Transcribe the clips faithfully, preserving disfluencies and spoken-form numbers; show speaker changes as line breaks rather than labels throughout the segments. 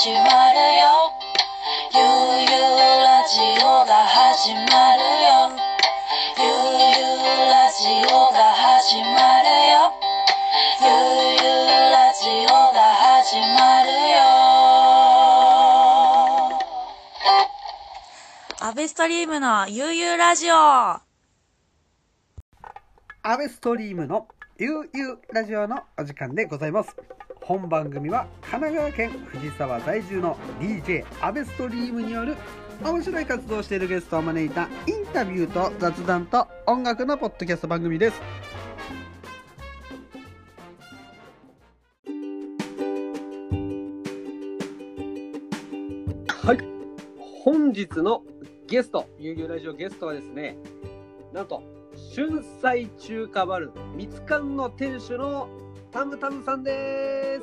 始まるよ。ゆうゆうラジオが始まるよ。ゆうゆうラジオが始まるよ。ゆうゆうラジオが始まるよ。アベストリームのゆうゆうラジオ。
アベストリームのゆうゆうラジオのお時間でございます。本番組は神奈川県藤沢在住の ディージェー アベストリームによる面白い活動をしているゲストを招いたインタビューと雑談と音楽のポッドキャスト番組です。はい、本日のゲスト、ゆうゆうラジオゲストはですね、なんと春菜中華バルみつかんの店主のタムタムさんです。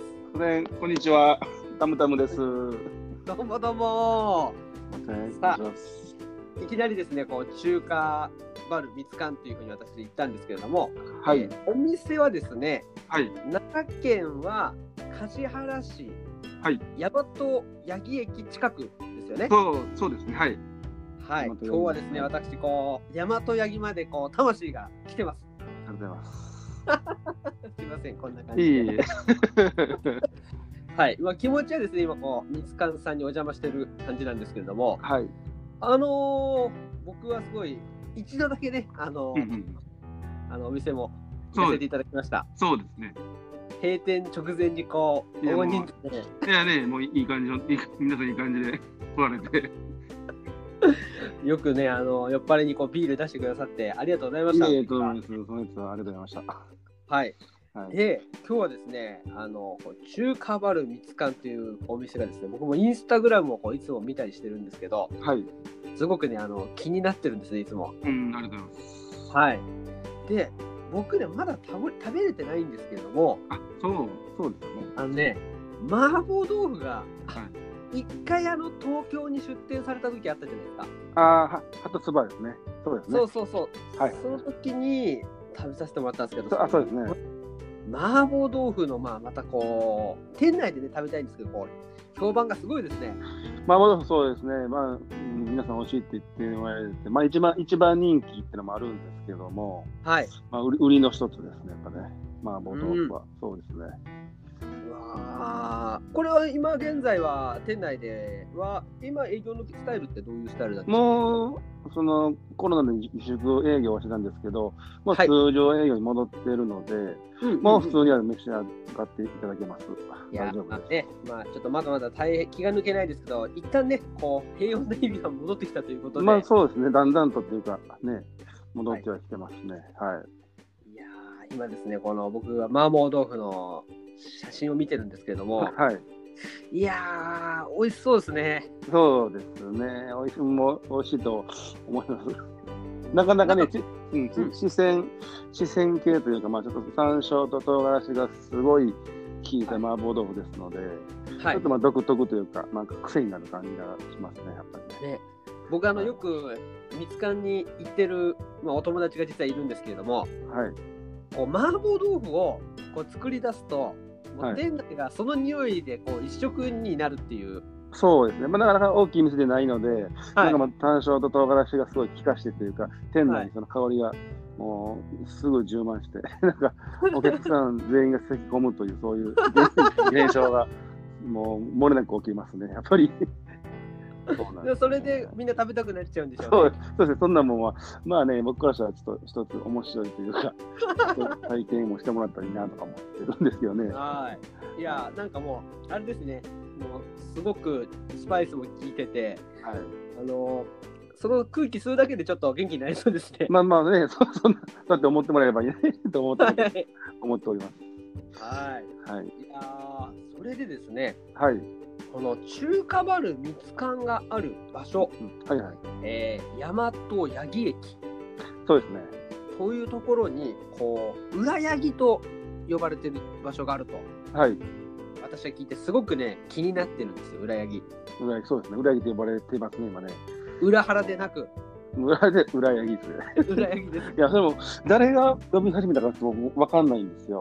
ね、こんにちは、タムタムです。
どうもどうも。さあ、いきなりですね、こう中華バルみつかんというふうに私言ったんですけれども、
はい、
えー、お店はですね、
はい、
奈良県は橿原市、
はい、
大和八木駅近くですよね。
そう、そうですね、はい。
はい、今日はですね、私こう大和八木までこう魂が来てます。
ありがとうございます。
すいません、こんな感じで。
いい
はい、まあ、気持ちはですね、今こうみつかんさんにお邪魔してる感じなんですけれども、
はい、
あのー、僕はすごい一度だけね、あのーうんうん、あのお店も行かせていただきました。
そうですね。
閉店直前にこう大人数で、
いやね、もういい感じの、いい皆さんいい感じで来られて。
よくね、あの酔っ払いにこうビール出してくださってありがとうございました。
いえいえ、どうもです。そのやつはありがとうございました。
はい。はい、で、今日はですね、あの中華バルみつかんというお店がですね、僕もインスタグラムをこういつも見たりしてるんですけど、
はい。
すごくね、あの気になってるんですね、いつも。
うん、ありがとうございます。
はい。で、僕ね、まだ食べ、食べれてないんですけれども、
あ、そう、そうですよね。
あのね、麻婆豆腐が、一回あの東京に出店された時あったじゃないですか。
ああ、は、鳩つばですね。そうですね。
そうそうそう。はい。その時に食べさせてもらったんですけど、
あ、そうですね。
麻婆豆腐のまあまたこう店内でね食べたいんですけど、こう評判がすごいですね。
麻婆豆腐そうですね。まあ、うん、皆さん美味しいって言ってもらえて、まあ一番一番人気ってのもあるんですけども、
はい。
まあ売り売りの一つですね。やっぱね、麻婆豆腐は、うん、そうですね。
うわー、これは今現在は店内では今営業のスタイルってどういうスタイルなんですか？
もうそのコロナで自粛営業をしてたんですけど、もう通常営業に戻っているので、はい、もう普通には召し上がっていただけます。
いや、大丈夫です。ね、まあちょっとまだまだ大変気が抜けないですけど、一旦ねこう平穏な日々が戻ってきたということで、
まあそうですね、だんだんとっていうかね戻ってはきてますね。はい。はい、
いやー、今ですね、この僕は麻婆豆腐の写真を見てるんですけれども、
はい。
いやー、美味しそうですね。
そうですね。美味しいも美味しいと思います。なかなかね、かうん、四川四川系というか、まあちょっと山椒と唐辛子がすごい効いた麻婆豆腐ですので、はい、ちょっとまあ独特というか、なんか癖になる感じがしますね、やっぱりね。
ね、僕あの、はい、よくみつかんに行ってる、まあ、お友達が実はいるんですけれども、
はい、
こう麻婆豆腐をこう作り出すと、もう店内がその匂いでこう一色になるっていう。
そうですね、まあ、なかなか大きい店でないので、はい、なんかまあ山椒と唐辛子がすごい効かしてというか、店内にその香りがもうすぐ充満して、なんかお客さん全員が咳込むという、そういう現象がもう漏れなく起きますね、やっぱり。
そうなんです。それでみんな食べたくなっちゃうんでしょうね。
そう、そうですね、そんなもんは、まあね、僕からしたらちょっと一つ面白いというか、体験もしてもらったらいいなとか思ってるんですけどね。
はい。いや、なんかもう、あれですね、もうすごくスパイスも効いてて、はい、あのその空気吸うだけでちょっと元気になりそうですね。
まあまあね、そ, そんな、だって思ってもらえればいいねと思って、はい、思っております。
はい。はい。いや、それでですね、
はい。
この中華バルみつかんがある場所、
うん、はいはい、
えー、大和八木駅、
そうですね、
というところにこう裏八木と呼ばれてる場所があると、
はい、
私は聞いてすごくね気になってるんですよ。裏八木、
裏八木、そうですね、裏八木と呼ばれてますね今ね。
裏原でなく
裏で裏八木ですね。
裏八木です。
いや、それも誰が呼び始めたかっても分かんないんですよ。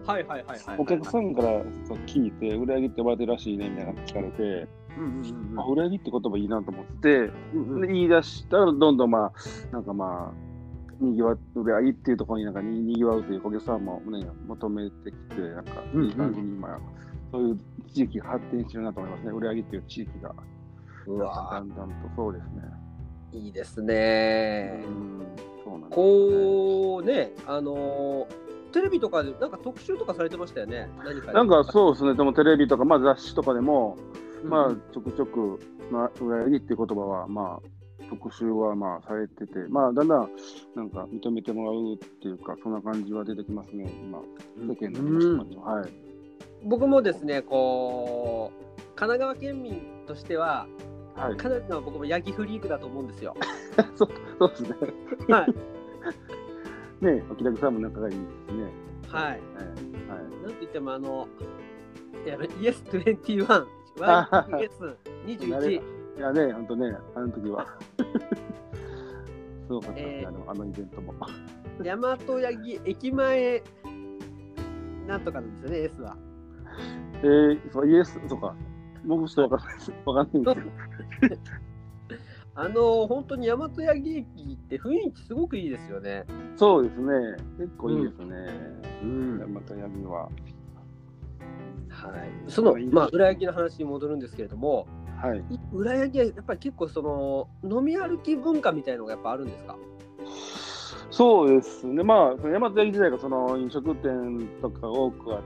はいはいはいはい。
お客さんからそう聞いて、裏切って呼ばれてるらしいねみたいなの聞かれて、
うんうんうん
あ、裏切って言葉いいなと思って、
うんうん
で言い出したら、どんどんまあ、なんかまあ、にぎわう、裏切っていうところになんかににぎわうというお客さんもね、求めてきて、なんかいい感じに今、そういう地域が発展してるなと思いますね。裏切っていう地域が。
うわ
だんだんとそうですね。
いいですね。
うんそうなんですね
こうね、あのーテレビとかでなんか特集とかされてましたよね。何か
なんかそうですね、でもテレビとか、まあ、雑誌とかでも、
うん
まあ、ちょくちょく、まあ、裏切りっていう言葉は、まあ、特集はまあされてて、まあ、だんだんなんか認めてもらうっていうか、そんな感じは出てきますね、今、世間の皆様には。はい、
僕もですね、こう神奈川県民としては、
はい、
かなりの僕もヤギフリークだと思うんですよ。
そうそうですね。
はい
ね、おきらくさんも仲がいいですね。
はい。
はいはい
なんといってもあのいやイエスにじゅういち、
あ
イエスにじゅういち。
いやね、ほんとね、あの時は。すごかったですね、
えー
あのあのイベントも。
大和八木駅前なんとかなんですよね、S は。
えー、そうイエス、そうか。僕ちょっとわかんないです。わかんないんですけど。
あの本当に大和八木駅って雰囲気すごくいいですよね。
そうですね。結構いいですね。
うん
また闇は。
はい。そのまあ浦焼の話に戻るんですけれども、
はい。
浦焼はやっぱり結構その飲み歩き文化みたいのがやっぱあるんですか？
そうですね。まあ、その大和焼自体がその飲食店とか多くあって、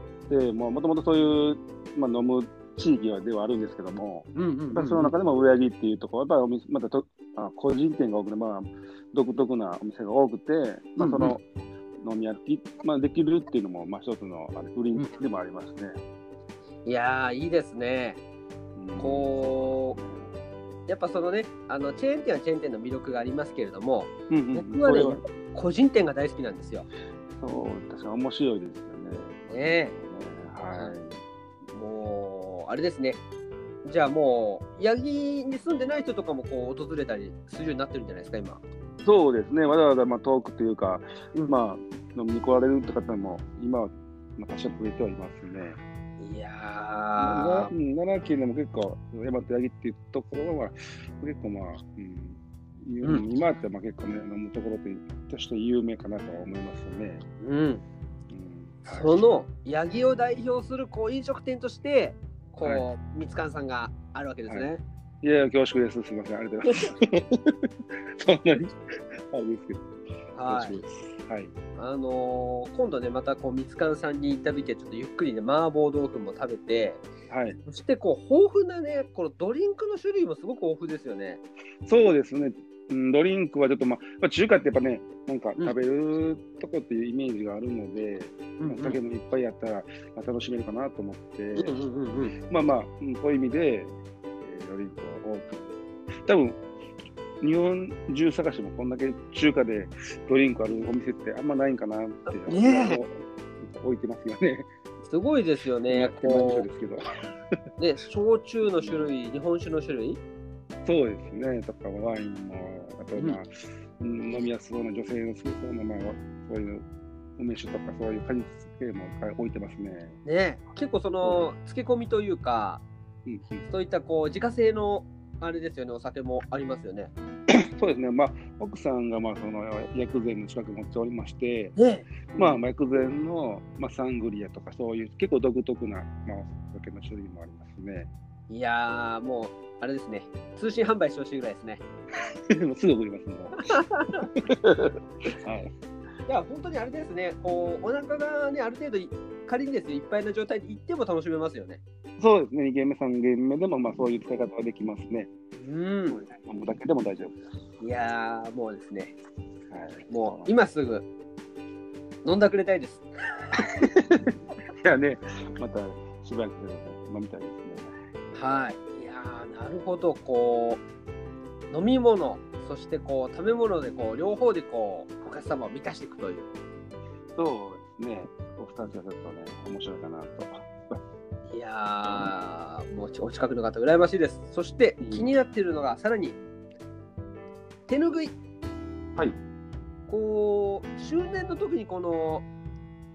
もともとそういう、まあ、飲む地域ではあるんですけども、
うんうんうんうん、
その中でも浦焼っていうところは、やっぱりお店またとあ個人店が多くて、まあ、独特なお店が多くて、まあ、その飲み歩き、まあ、できるっていうのも、まあ、一つのあれ売りでもありますね。
いやー、いいですね。
うん、
こう、やっぱそのね、あのチェーン店はチェーン店の魅力がありますけれども、
うんうん、
僕はね、個人店が大好きなんですよ。
そう、確かに面白いですよね。
ねえ。
はい。
もう、あれですね。じゃあもう、八木に住んでない人とかもこう訪れたりするようになってるんじゃないですか、今。
そうですね、わざわざまあ遠くというか、うん、まあ、飲みに来られるって方も、今は多少増えてはいますね。
いや
ー、奈良県でも結構、大和八木っていうところは、結構まあ、うんうん、今ってまあ結構ね、飲むところとして有名かなとは思いますね。
うん。うん、その八木を代表するこう飲食店として、こう、はい、みつかんさんがあるわけですね。はい、
いやいや、恐縮です。すみません。ありがとうございます。そんなに、あれですけど。
はい。はい。あのー、今度ね、またこう、みつかんさんに行った時は、ちょっとゆっくりね、麻婆豆腐も食べて、
はい。
そしてこう、豊富なね、このドリンクの種類もすごく豊富ですよね。
そうですね。うん、ドリンクはちょっと、まあ、中華ってやっぱね、なんか食べるとこっていうイメージがあるので、うん、お酒もいっぱいやったら楽しめるかなと思って、まあまあ、そういう意味で、えー、ドリンクは多く。多分日本中探してもこんだけ中華でドリンクあるお店ってあんまないんかなって、ね、置いてますよね。
すごいですよね。
こうですけど
ね、焼酎の種類、日本酒の種類
そうですね。とかワインも、あとまあ、うん、飲みやすそうな女性の好きそうな、まあ、そういう梅酒とかそういう果実系も置いてますね。
ね、結構その漬け込みというか、うん、そういったこう自家製のあれですよね、お酒もありますよね。
そうですね。まあ奥さんがまあその薬膳の資格持っておりまして、
ね、
まあ薬膳のまあサングリアとかそういう結構独特なまあお酒の種類もありますね。
いやーもうあれですね。通信販売してほしいぐらいですね。
すぐ送りますもん。はい。
いや本当にあれですね。こうお腹がねある程度仮にですねいっぱいな状態で行っても楽しめますよね。
そうですね。に軒目さん軒目でもまあそういう使い方はできますね。
うん。
飲むだけでも大丈夫です。
いやーもうですね。はい。もう今すぐ飲んだくれたいです。
いやね、またしばらく飲みたいですね。
はい。いやーなるほど。こう飲み物そしてこう食べ物でこう両方でこうお客様を満たしていくという。
そうですね。お二つはちょっとね面白いかなと。
いやーもうお近くの方羨ましいです。そして気になっているのが、うん、さらに手ぬぐい。
はい。
こう周年の時にこの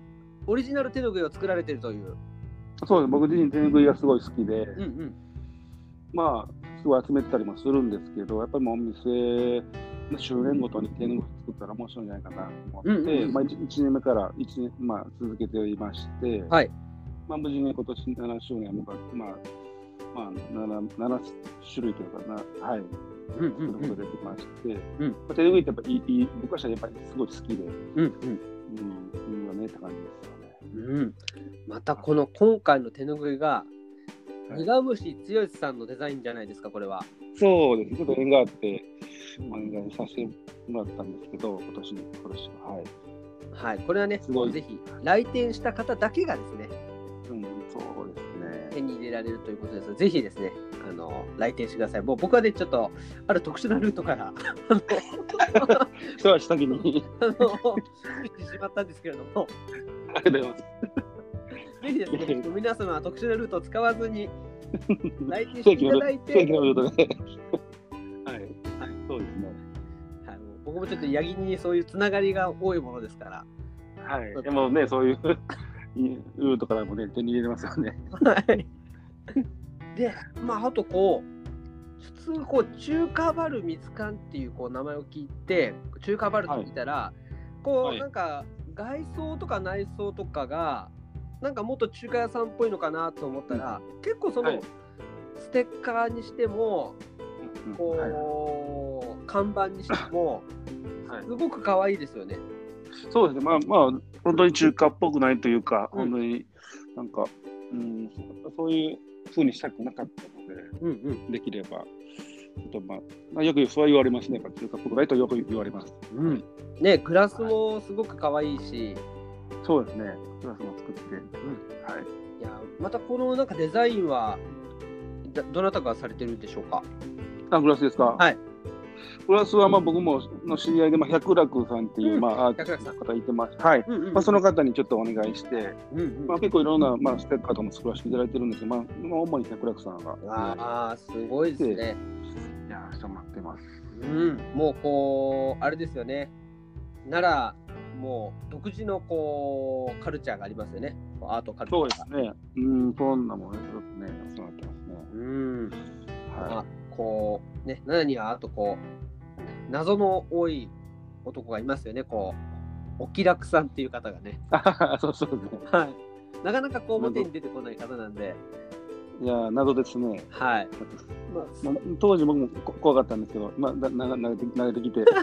オリジナル手ぬぐいを作られているという。
そうです。僕自身手ぬぐいがすごい好きで、
うんうん、
まあすごい集めてたりもするんですけど、やっぱりもうお店の周年ごとに手ぬぐい作ったら面白いんじゃないかなと思って、うんうんうん、まあ、いちねんめからいちねん、まあ、続けていまして、はい、まあ、無事に今年ななしゅうねんも、まあまあ、7, 7種類というかな、はい、うんうんうん、作ることができまして、うん、まあ、手ぬぐいってやっぱりいい、僕はやっぱりすごい好きで、うんうん、うん、いいよねって感じですよね。
うん、またこの今回の手ぬぐいが、苦虫剛さんのデザインじゃないですか、これは。
そうです。ちょっと縁があって、お願いさせてもらったんですけど、今年の今年は。はい。
はい、これはね、ぜひ来店した方だけがですね、
うん、そうですね。
手に入れられるということですので、ぜひですね、あの来店してください。もう僕はね、ちょっとある特殊なルートから、
一足先に
あの行ってしまったんですけれども、
ありがとうございます。
ぜひですね、皆様は特殊なルートを使わずに来店していただいて、
正規のルートで、はい、はい、そうですね。
はい、もう僕もちょっと八木にそういうつながりが多いものですから、
はい、でもね、そういうルートからもね、手に入れれますよね。
はい。で、まああとこう普通こう中華バルミツカンっていうこう名前を聞いて、中華バルって聞いたら、はい、こう、はい、なんか外装とか内装とかがなんかもっと中華屋さんっぽいのかなと思ったら、うん、結構その、はい、ステッカーにしても、こう、はい、看板にしても、はい、すごく可愛いですよね。
そうですね。まあまあ本当に中華っぽくないというか、うん、本当になんか、うん、そういう風にしたくなかったので、うんうん、できればちょっとまあ、まあ、よくそう言われますね。中華っぽくないとよく言われます。
うん、ね、グラスもすごく可愛いし。
そうですね。グラスも作って、うん、
はい。いや、またこのなんかデザインはどなたがされてるんでしょうか。
あ、グラスですか。
はい。
グラスはまあ僕もの知り合いで、まあ、百楽さんっていう、うん、まあアーティストの方いてます。はい。うんうんうん、まあ、その方にちょっとお願いして、うんうん、まあ、結構いろんな、まあ、ステッカーとかも作らせていただいてるんですけど、まあ、主に百楽さんが。
ああ、すごいですね。
いや、してもらってます。
うん。もうこうあれですよね。奈良もう独自のこうカルチャーがありますよね。アートカルチャー。
そうですね。うん、そんなもんね、ちょっとね、そうなってますね。
うん。はい。まあ、こうね、奈良にはあとこう謎の多い男がいますよね。こうお気楽さんっていう方がね。
そうそうですね。
はい。なかなかこう表に出てこない方なんで。
いや、謎ですね。
はい。
まあ、まあ、当時僕も怖かったんですけど、まあ、なな慣れて慣れてきて。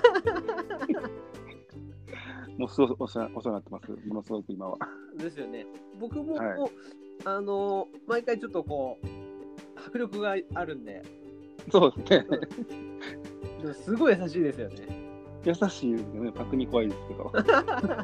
もうすごくお世話になってます。ものすごく今は。
ですよね。僕も、はい、あの毎回ちょっとこう迫力があるんで。
そうですね。
すごい優しいですよね。
優しいですよね。逆に怖いですけど。うん、そうなんです。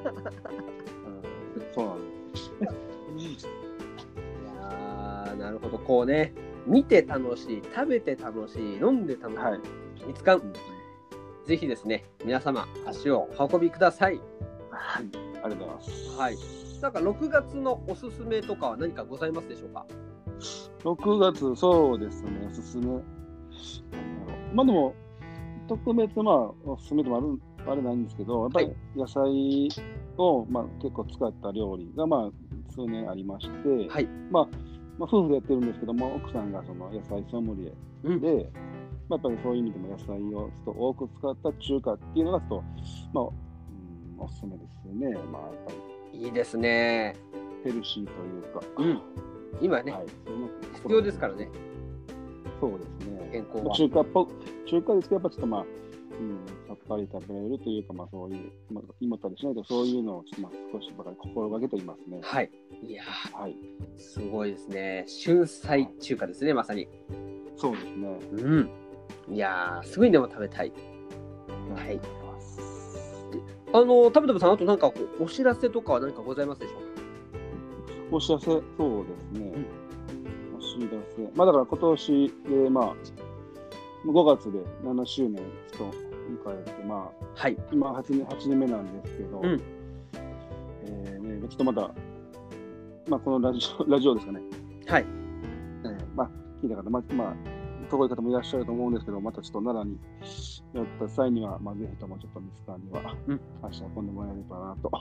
いやー、なるほど。こうね、見て楽しい、食べて楽しい、飲んで楽しい、はい、ミツカン。ぜひですね、皆様足をお運びください。
はい、ありがとうございます。
はい。なんかろくがつのおすすめとかは何かございますでしょうか。
ろくがつ、そうですね、おすすめ。まあでも特別まあおすすめでもあるあれないんですけど、やっぱり野菜をまあ結構使った料理がまあ数年ありまして、はい、まあ、まあ夫婦でやってるんですけども、奥さんがその野菜ソムリエで。うん、まあ、やっぱりそういう意味でも野菜をちょっと多く使った中華っていうのがちょっと、まあ、うん、おすすめですよね。まあ、やっぱ
りいいですね。
ヘルシーというか、
うん、今ね、はい、必要ですからね。
そうですね。
健康は
中華っぽ中華ですけど、やっぱちょっとまあ、うん、さっぱり食べれるというか、まあそういう、まあ、胃もたりしないとそういうのをちょっとまあ少しばかり心がけていますね。
はい。いやー、はい、すごいですね。春菜中華ですね、まさに。
そうですね。
うん。いやー、すぐにでも食べたい。はい。あの、たぶたぶさん、あと何かお知らせとかは何かございますでしょうか。
お知らせ、そうですね。うん、お知らせ。まあだから今年で、まあ、ごがつでななしゅうねんと迎えて、まあ、はい、今 はち, 年はちねんめなんですけど、うん、えーね、ちょっとまだ、まあこのラジオ、ラジオですかね。はい。えー、まあ、聞いた方、まあ、まあ、遠い方もいらっしゃると思うんですけど、またちょっと奈良に寄った際には、まあ、ぜひともちょっとミツカンには、うん、足を運んでもらえればなと。
ぜ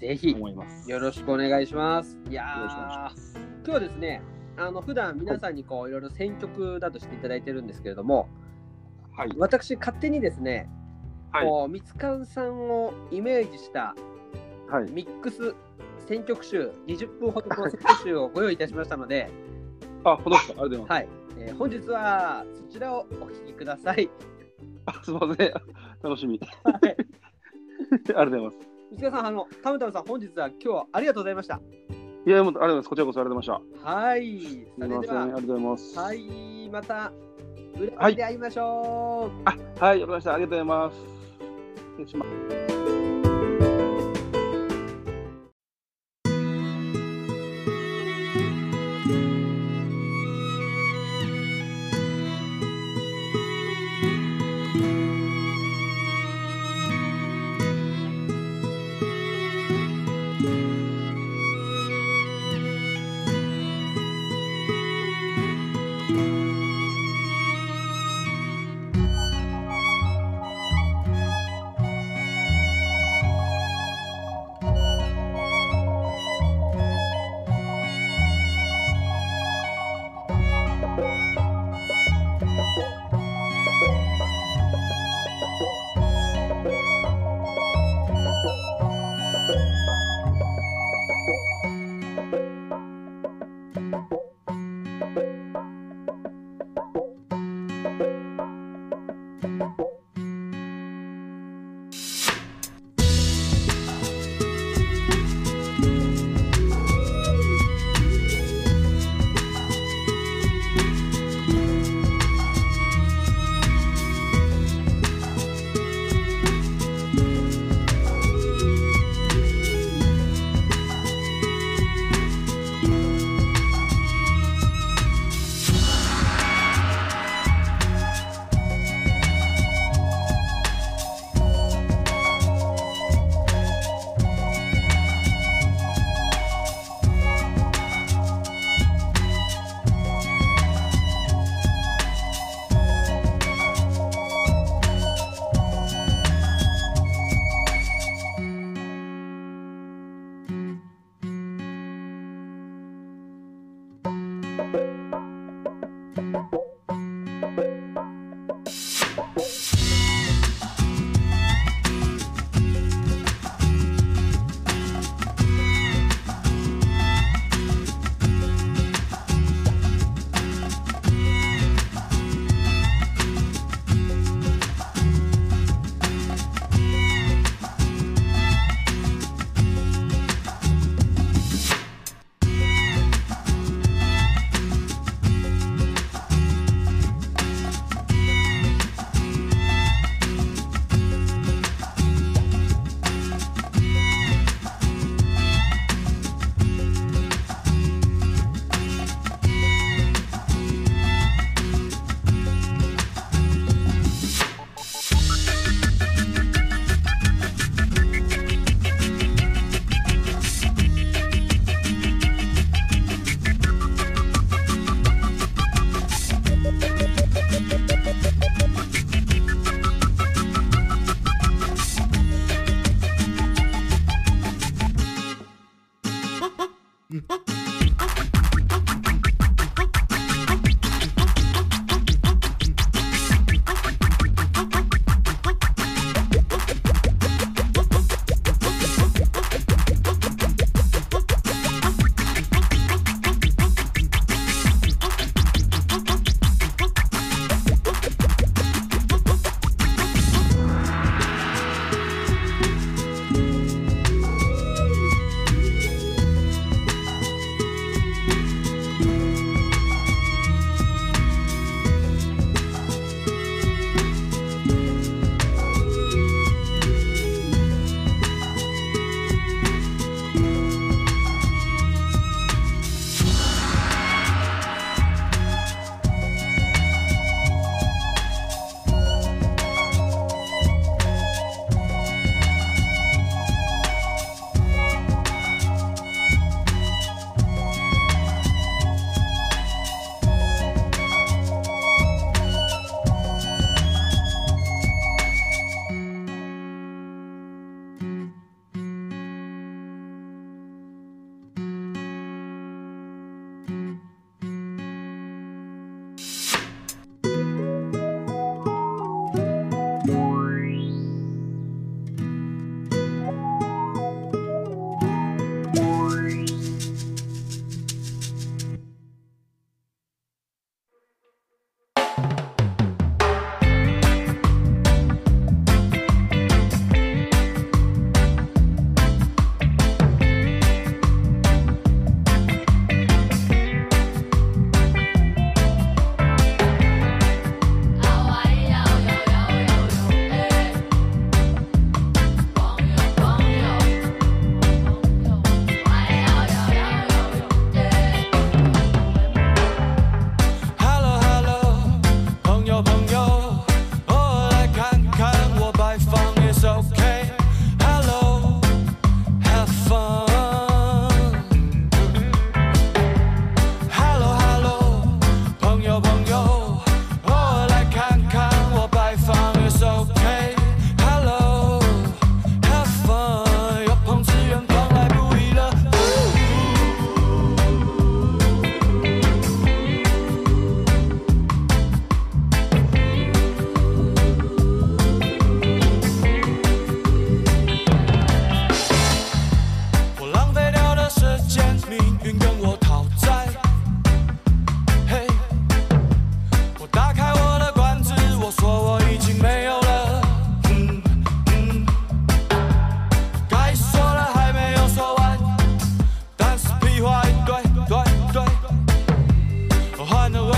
ぜひ
思います。
よろしくお願いします。いや
よろしくお願いします。
今日はですね、あの普段皆さんにこういろいろ選曲などしていただいてるんですけれども、
はい。
私勝手にですね、
はい。
こうみつかんさんをイメージした
はい。
ミックス選曲集にじゅっぷんほどの選曲集をご用意いたしましたので、
あ、ほどですか。ありがとうござい
はい、えー本日はそちらをお聴きください。
ます。あ、すみません。楽しみ。
はい、
ありがとうございます。
みつかんさん、あのたむたむさん、本日は今日はありがとうございました。
いや、もうありがとうございます。こちらこそありがとうございまし
はい、
た。す
そ
みません。
れでは
ありがとうございます。
はい、また裏で会いましょう。
あ、はい、わかりました。ありがとうございます。失礼します。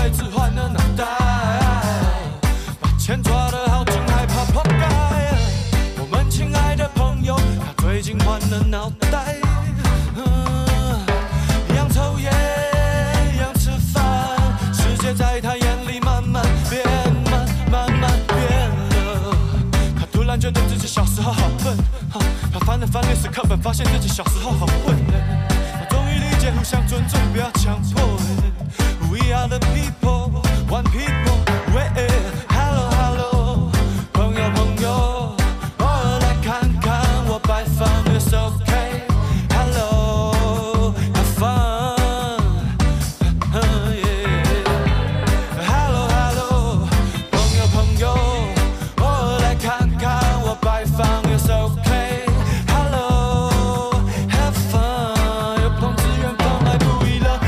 孩子换了脑袋，把钱抓得好紧，害怕破盖。我们亲爱的朋友，他最近换了脑袋，一样抽烟，一样吃饭，世界在他眼里慢慢变，慢慢慢变了。他突然觉得自己小时候好笨，他翻了翻历史课本，发现自己小时候好混。他终于理解，互相尊重，不要强迫。We are the people, one people. Hello, hello, 朋友朋友，偶尔来看看我摆放的 It's okay. Hello, have fun. Hello, hello, 朋友朋友，偶尔来看看我摆放 It's okay. Hello, have fun. 有朋自远方来不易了。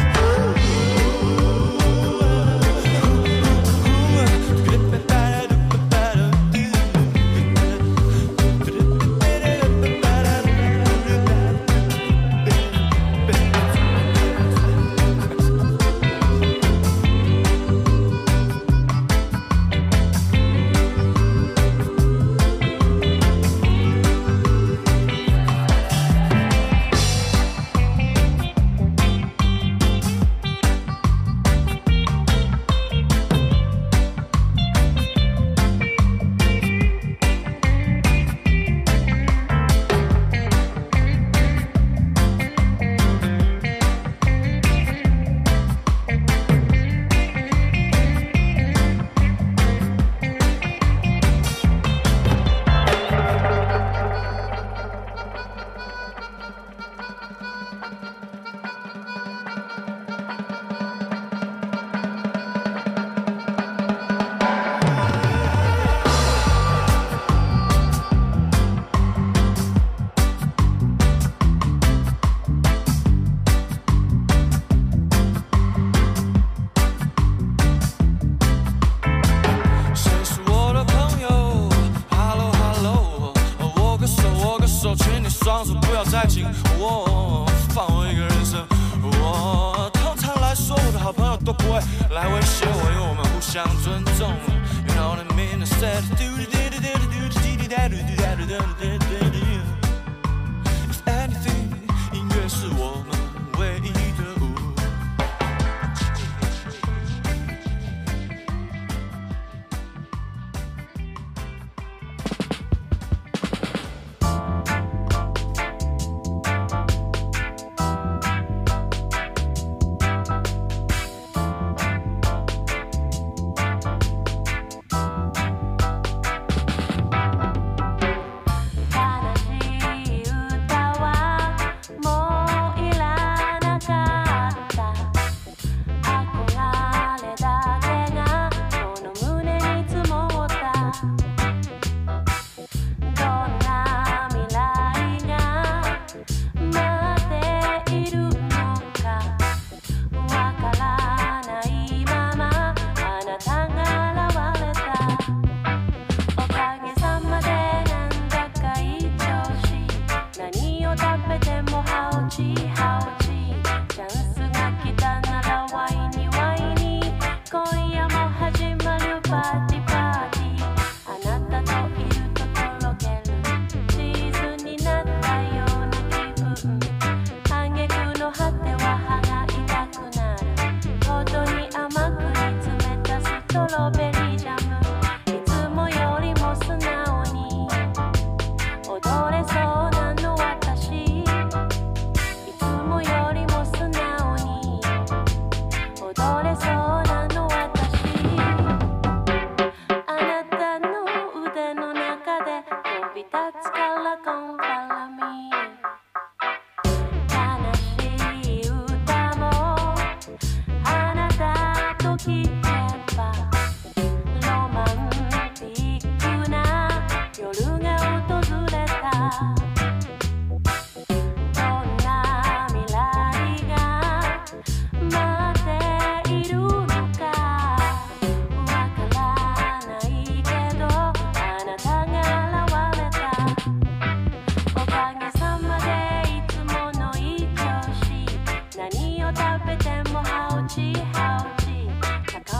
「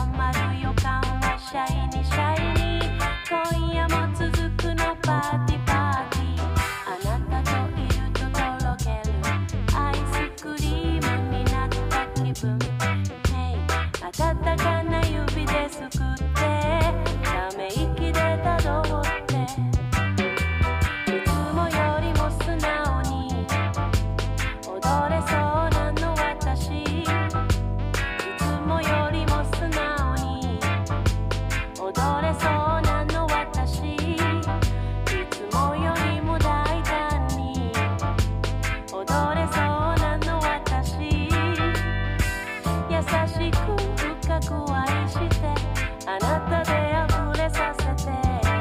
優しく深く愛してあなたで溢れさせて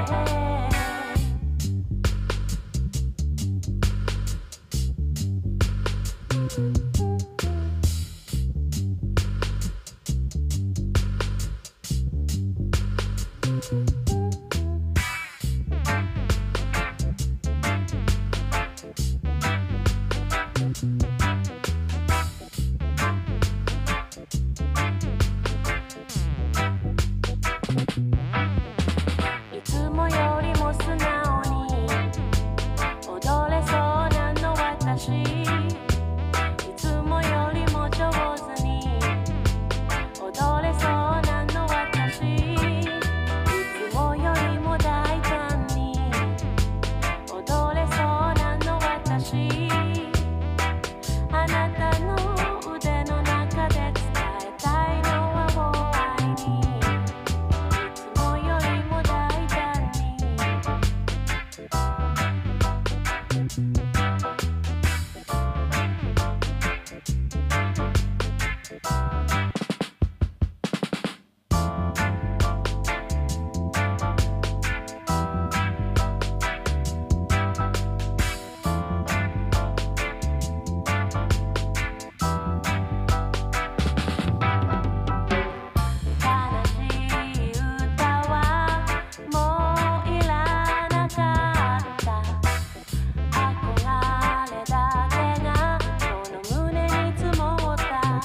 いつもよりも素直に踊れそうなの私いつもよりも上手に踊れそうなの私いつもよりも大胆に踊れそうなの私あなたの腕の中で伝えたいのはもう愛にいつもよりも大胆に悲しい歌はもういらなかった憧れだけがこの胸に積もった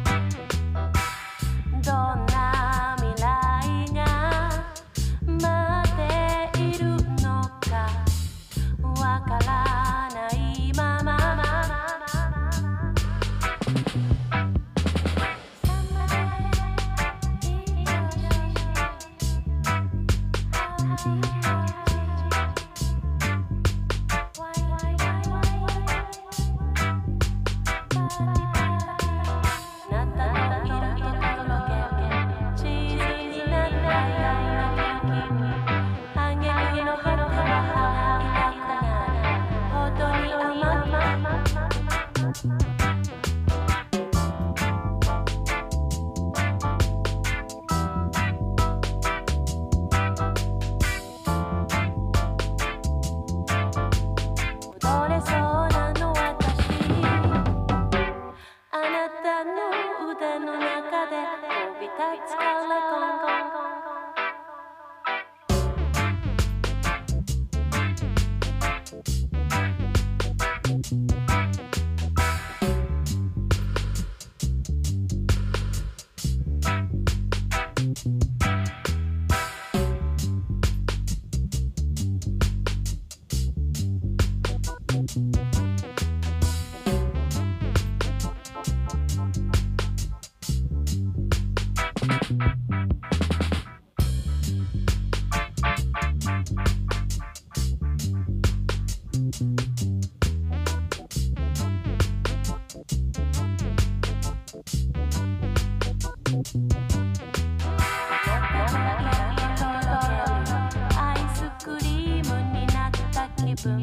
どんな未来が待っているのかわからないままなたのいるところけチーズになった半減の春から歯が痛くなるほどに甘踊れそうなの私あなたの腕の中で飛び立つカレコンアイスクリームになった気分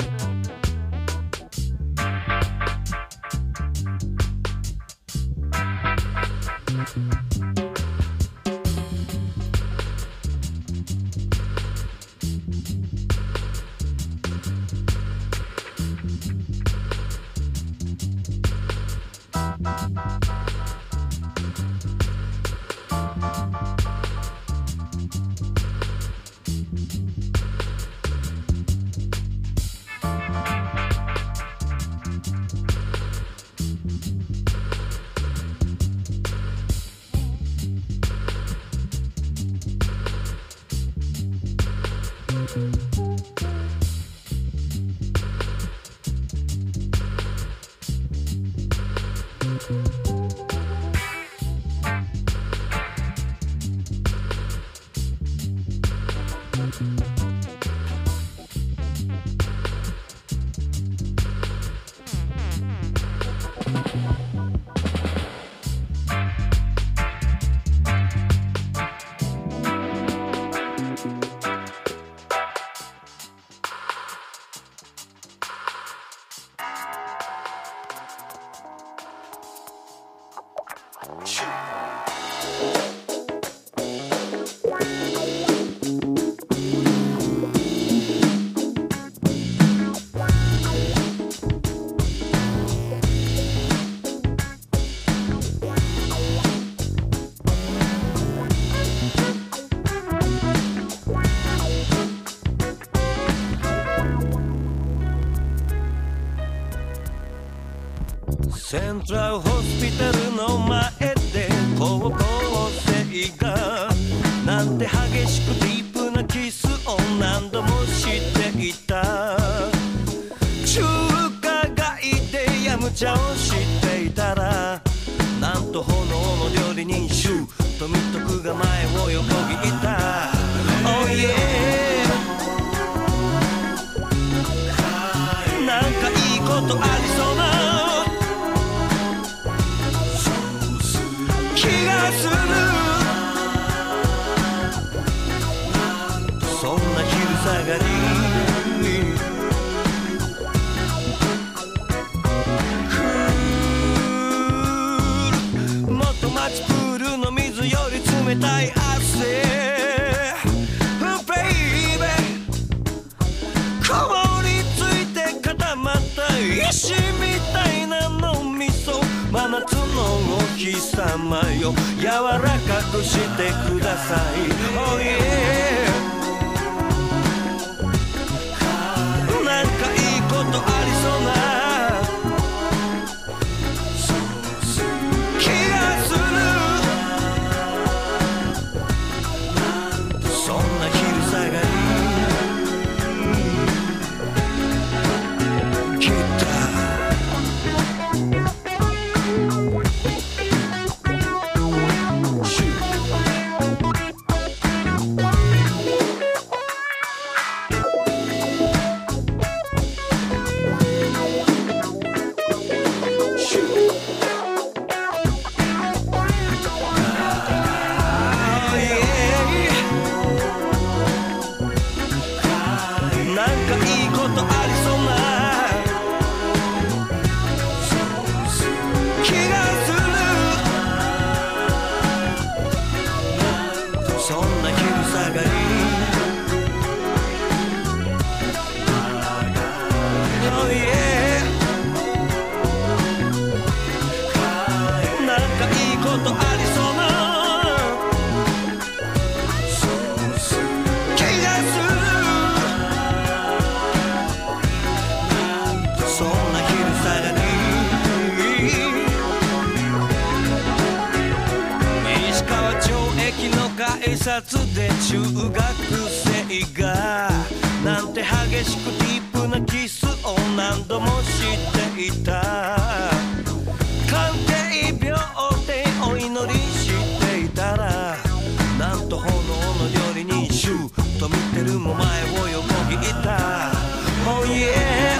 「
セントラルホスピタルの前で高校生がなんて激しくディープなキスを何度もしていた。中華街でヤムチャをしていたらなんと炎の料理人シューとミトクが前を横切った。 Oh yeah なんかいいことありそうな気がする。そんな昼下がりクール元町プールの水より冷たい汗 Baby こぼりついて固まった石みたいな脳みそ真夏のお日様よ柔らかくしてください Oh yeah なんかいいことありそうな気がする。そんな昼下がりギタ改札で中学生がなんて激しくディープなキスを何度もしていた。鑑定病でお祈りしていたらなんと炎の料理人シューと見てるも前を横切った。 Oh yeah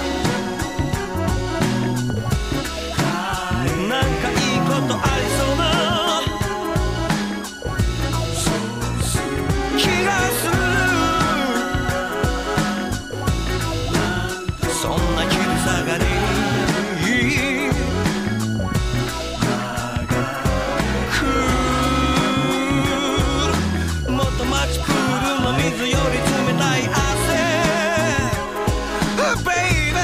なんかいいことありそうな気がする。そんな昼下がりクール元町プールの水より冷たい汗 Baby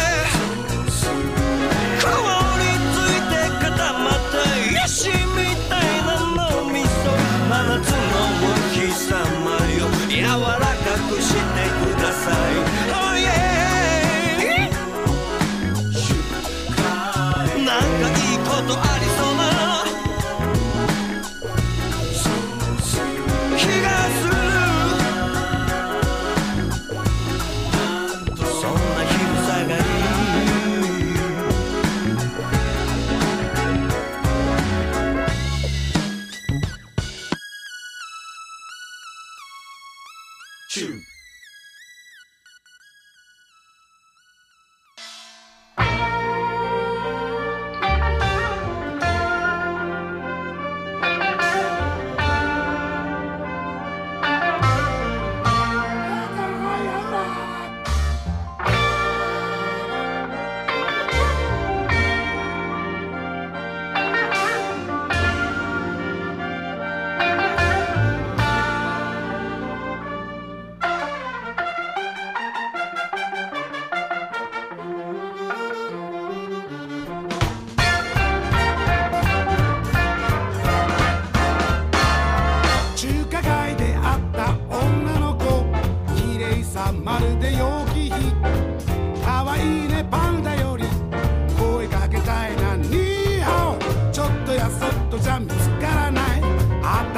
こぼりついて固まった石みたいな脳みそ真夏のお日様よ柔らかくしてください Oh yeah なんかいいことありそうな気がする。そんな昼下がりチュー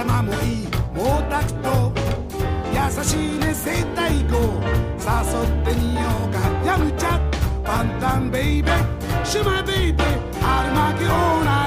頭もいい毛沢東優しいね生態号誘ってみようかやむちゃパンタンベイベーシュマベイベー春巻きオーナー